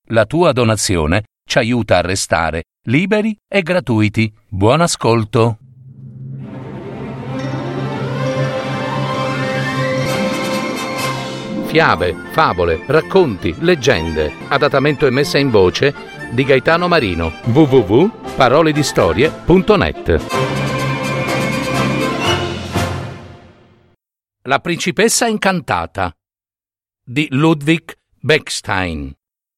La tua donazione ci aiuta a restare liberi e gratuiti. Buon ascolto. Fiabe, favole, racconti, leggende. Adattamento e messa in voce di Gaetano Marino. www.paroledistorie.net. La principessa incantata di Ludwig Bechstein.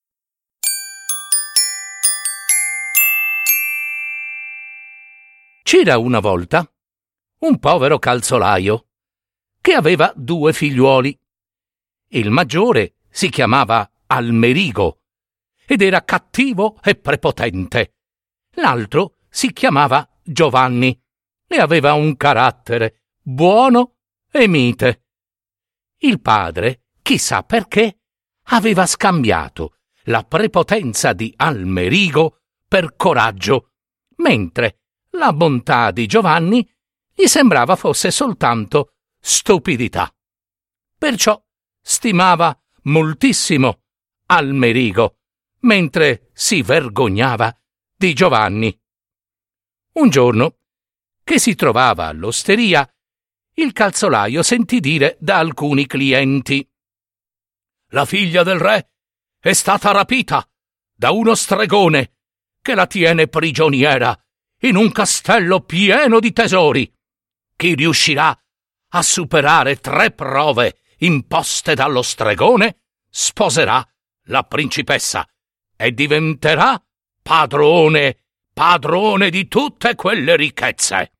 C'era una volta un povero calzolaio che aveva 2 figliuoli. Il maggiore si chiamava Almerigo ed era cattivo e prepotente. L'altro si chiamava Giovanni e aveva un carattere buono e mite. Il padre, chissà perché, aveva scambiato la prepotenza di Almerigo per coraggio, mentre la bontà di Giovanni gli sembrava fosse soltanto stupidità. Perciò stimava moltissimo Almerigo, mentre si vergognava di Giovanni. Un giorno, che si trovava all'osteria, il calzolaio sentì dire da alcuni clienti: «La figlia del re è stata rapita da uno stregone che la tiene prigioniera in un castello pieno di tesori. Chi riuscirà a superare 3 prove imposte dallo stregone sposerà la principessa e diventerà padrone di tutte quelle ricchezze».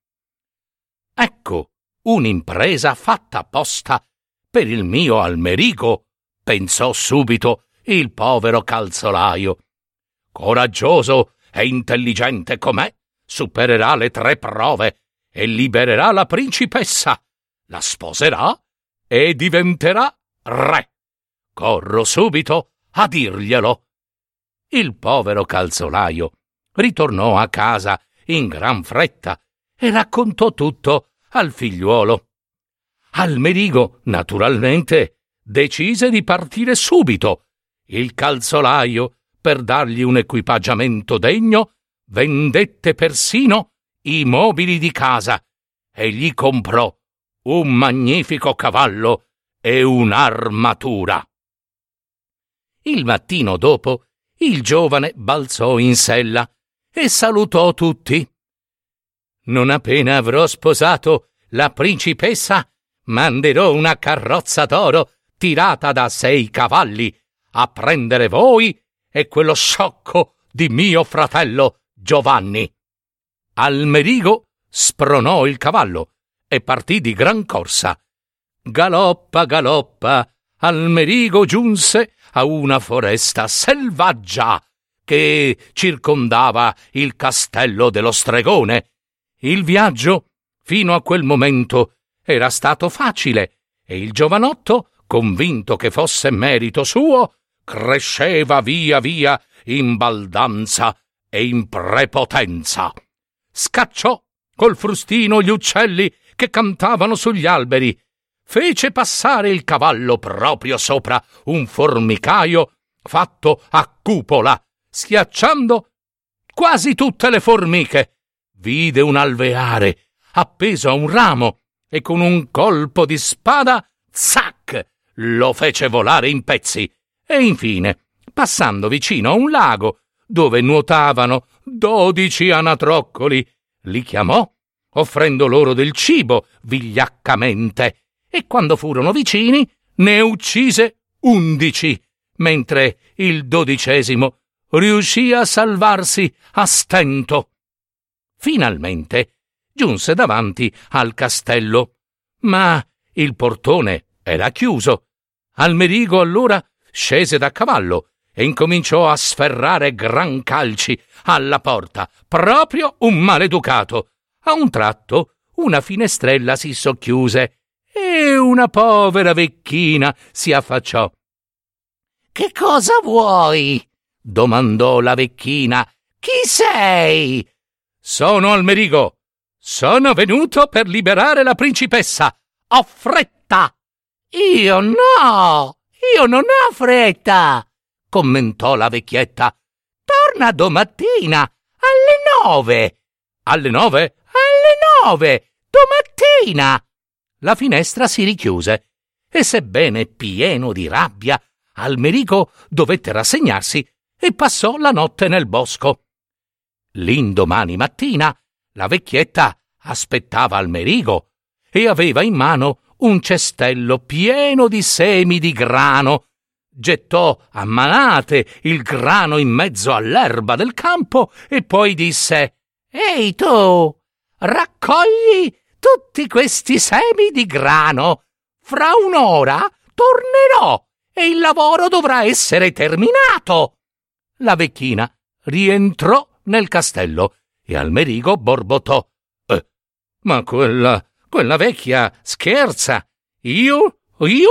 Ecco un'impresa fatta apposta per il mio Almerigo, pensò subito il povero calzolaio. Coraggioso e intelligente com'è, supererà le 3 prove e libererà la principessa, la sposerà e diventerà re. Corro subito a dirglielo. Il povero calzolaio ritornò a casa in gran fretta e raccontò tutto al figliuolo. Almerigo, naturalmente, decise di partire subito. Il calzolaio, per dargli un equipaggiamento degno, vendette persino i mobili di casa e gli comprò un magnifico cavallo e un'armatura. Il mattino dopo, il giovane balzò in sella e salutò tutti. «Non appena avrò sposato la principessa, manderò una carrozza d'oro tirata da 6 cavalli a prendere voi e quello sciocco di mio fratello Giovanni». Almerigo spronò il cavallo e partì di gran corsa. Galoppa, galoppa, Almerigo giunse a una foresta selvaggia che circondava il castello dello stregone. Il viaggio, fino a quel momento, era stato facile e il giovanotto, convinto che fosse merito suo, cresceva via via in baldanza e in prepotenza. Scacciò col frustino gli uccelli che cantavano sugli alberi, fece passare il cavallo proprio sopra un formicaio fatto a cupola, schiacciando quasi tutte le formiche. Vide un alveare appeso a un ramo e con un colpo di spada, zac, lo fece volare in pezzi. E infine, passando vicino a un lago dove nuotavano 12 anatroccoli, li chiamò, offrendo loro del cibo vigliaccamente, e quando furono vicini ne uccise 11, mentre il 12° riuscì a salvarsi a stento. Finalmente giunse davanti al castello, ma il portone era chiuso. Almerigo allora scese da cavallo e incominciò a sferrare gran calci alla porta, proprio un maleducato. A un tratto una finestrella si socchiuse e una povera vecchina si affacciò. «Che cosa vuoi?» domandò la vecchina. «Chi sei?» «Sono Almerigo. Sono venuto per liberare la principessa. Ho fretta!» «Io no! Io non ho fretta!» commentò la vecchietta. Torna domattina, alle 9. Alle 9? Alle 9, domattina! La finestra si richiuse e, sebbene pieno di rabbia, Almerico dovette rassegnarsi e passò la notte nel bosco. L'indomani mattina la vecchietta aspettava Almerico e aveva in mano un cestello pieno di semi di grano. Gettò a manate il grano in mezzo all'erba del campo e poi disse: «Ehi tu, raccogli tutti questi semi di grano. Fra un'ora tornerò e il lavoro dovrà essere terminato». La vecchina rientrò nel castello e Almerico borbottò: «Ma quella vecchia scherza! Io,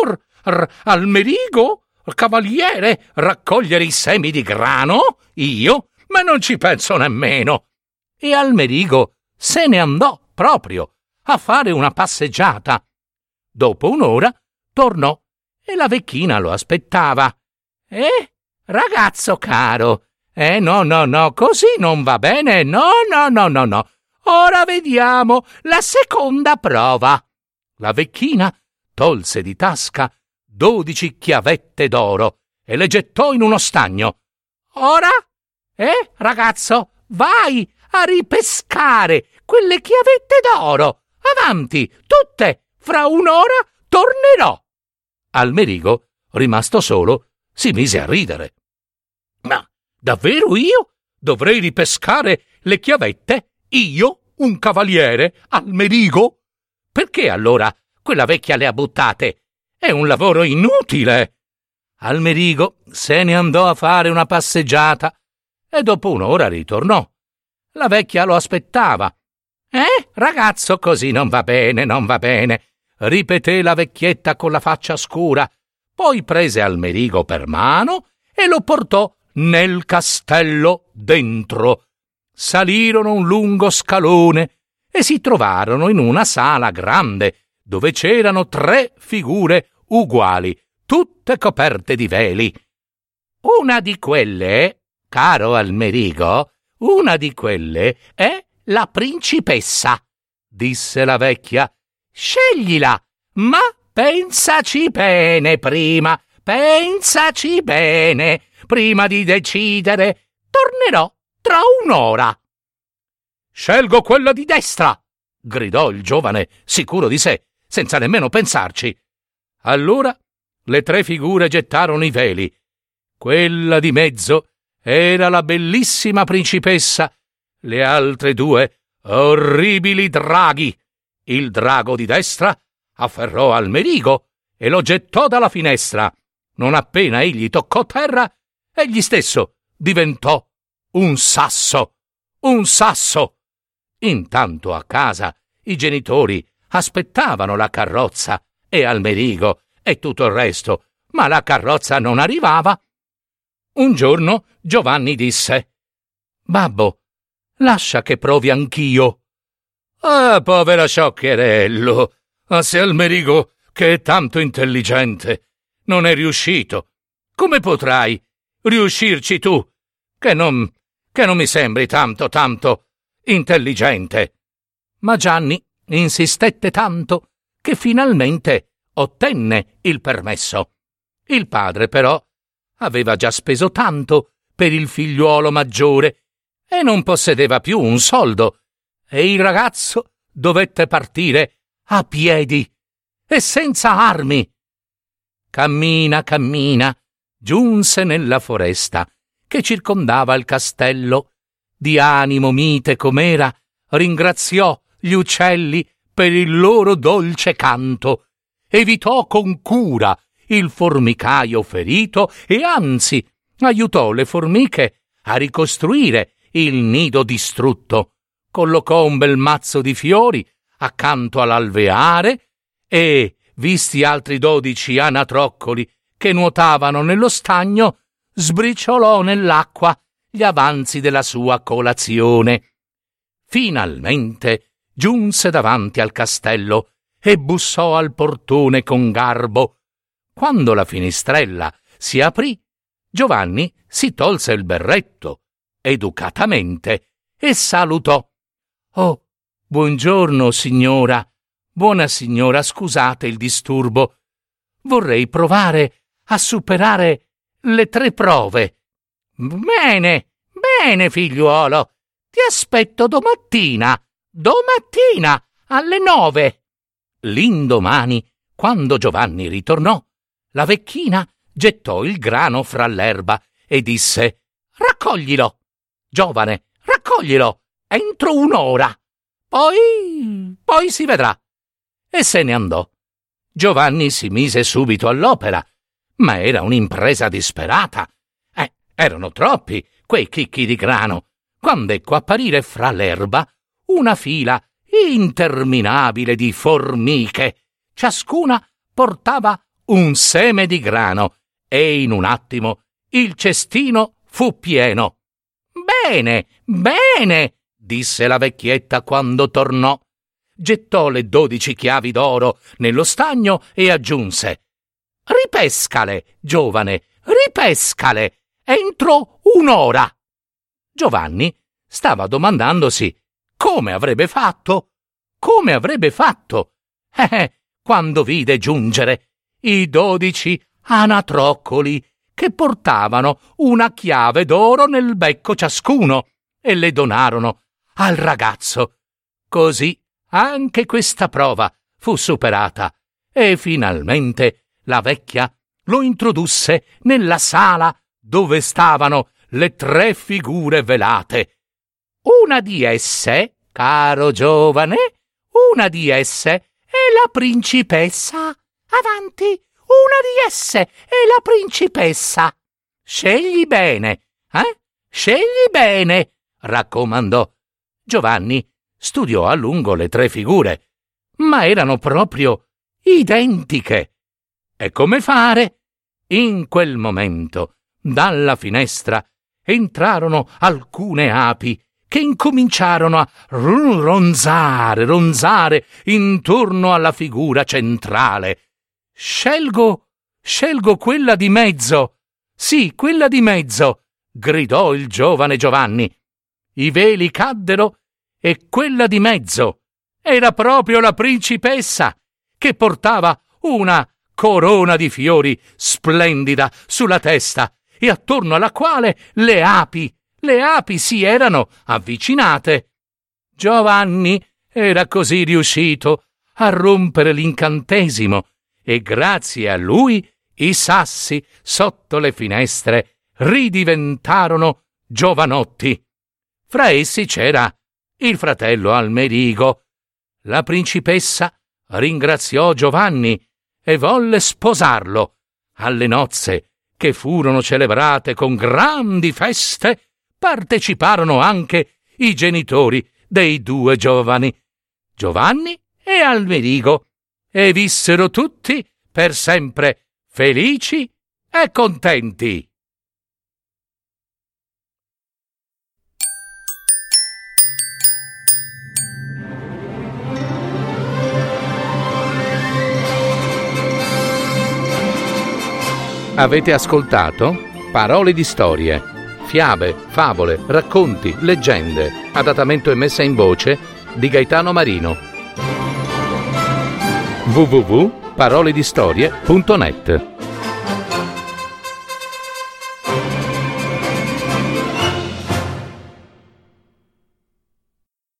Almerico, cavaliere, raccogliere i semi di grano? Io? Ma non ci penso nemmeno!» E Almerico se ne andò proprio a fare una passeggiata. Dopo un'ora tornò e la vecchina lo aspettava. Ragazzo caro, no, così non va bene, no. Ora vediamo la seconda prova». La vecchina tolse di tasca 12 chiavette d'oro e le gettò in uno stagno. «Ora, ragazzo, vai a ripescare quelle chiavette d'oro. Avanti, tutte, fra un'ora tornerò». Almerico, rimasto solo, si mise a ridere. «Ma davvero io dovrei ripescare le chiavette? Io, un cavaliere, Almerico? Perché allora quella vecchia le ha buttate? È un lavoro inutile». Almerico se ne andò a fare una passeggiata e dopo un'ora ritornò. La vecchia lo aspettava. Ragazzo, così non va bene, ripeté la vecchietta con la faccia scura. Poi prese Almerico per mano e lo portò nel castello dentro. Salirono un lungo scalone e si trovarono in una sala grande dove c'erano 3 figure uguali, tutte coperte di veli. «Una di quelle, caro Almerico, una di quelle è la principessa», disse la vecchia. «Sceglila, ma pensaci bene prima di decidere. Tornerò tra un'ora». «Scelgo quella di destra», gridò il giovane, sicuro di sé, senza nemmeno pensarci. Allora le 3 figure gettarono i veli. Quella di mezzo era la bellissima principessa, le altre 2 orribili draghi. Il drago di destra afferrò Almerico e lo gettò dalla finestra. Non appena egli toccò terra, egli stesso diventò un sasso. Intanto a casa i genitori aspettavano la carrozza e Almerico e tutto il resto, ma la carrozza non arrivava. Un giorno Giovanni disse: «Babbo, lascia che provi anch'io». «Ah, povera scioccherello, ma se Almerico, che è tanto intelligente, non è riuscito, come potrai riuscirci tu, che non mi sembri tanto intelligente?» Ma Gianni insistette tanto che finalmente ottenne il permesso. Il padre, però, aveva già speso tanto per il figliuolo maggiore e non possedeva più un soldo, e il ragazzo dovette partire a piedi e senza armi. Cammina, giunse nella foresta che circondava il castello. Di animo mite com'era, ringraziò gli uccelli per il loro dolce canto, evitò con cura il formicaio ferito e anzi aiutò le formiche a ricostruire il nido distrutto, collocò un bel mazzo di fiori accanto all'alveare e, visti altri 12 anatroccoli che nuotavano nello stagno, sbriciolò nell'acqua gli avanzi della sua colazione. Finalmente giunse davanti al castello e bussò al portone con garbo. Quando la finestrella si aprì, Giovanni si tolse il berretto, educatamente, e salutò. «Oh, buongiorno, signora. Buona signora, scusate il disturbo. Vorrei provare a superare le 3 prove». «Bene, bene, figliuolo. Ti aspetto domattina alle 9». L'indomani, quando Giovanni ritornò, la vecchina gettò il grano fra l'erba e disse: «Raccoglilo, giovane, raccoglilo, entro 1 ora. Poi si vedrà». E se ne andò. Giovanni si mise subito all'opera, ma era un'impresa disperata. Erano troppi quei chicchi di grano, quando ecco apparire fra l'erba una fila interminabile di formiche. Ciascuna portava un seme di grano e in un attimo il cestino fu pieno. «Bene, bene», disse la vecchietta quando tornò. Gettò le 12 chiavi d'oro nello stagno e aggiunse: «Ripescale, giovane, ripescale, entro 1 ora». Giovanni stava domandandosi come avrebbe fatto. Quando vide giungere i 12 anatroccoli che portavano una chiave d'oro nel becco ciascuno e le donarono al ragazzo. Così anche questa prova fu superata e finalmente la vecchia lo introdusse nella sala dove stavano le 3 figure velate. Una di esse, caro giovane, una di esse è la principessa. Avanti, una di esse è la principessa. Scegli bene, scegli bene, raccomandò. Giovanni studiò a lungo le 3 figure, ma erano proprio identiche. E come fare? In quel momento, dalla finestra, entrarono alcune api che incominciarono a ronzare intorno alla figura centrale. Scelgo quella di mezzo. Sì, quella di mezzo, gridò il giovane Giovanni. I veli caddero e quella di mezzo era proprio la principessa, che portava una corona di fiori splendida sulla testa e attorno alla quale le api si erano avvicinate. Giovanni era così riuscito a rompere l'incantesimo e grazie a lui i sassi sotto le finestre ridiventarono giovanotti. Fra essi c'era il fratello Almerigo. La principessa ringraziò Giovanni e volle sposarlo. Alle nozze, che furono celebrate con grandi feste, parteciparono anche i genitori dei 2 giovani, Giovanni e Almerigo, e vissero tutti per sempre felici e contenti. Avete ascoltato Parole di storie, fiabe, favole, racconti, leggende, adattamento e messa in voce di Gaetano Marino. www.paroledistorie.net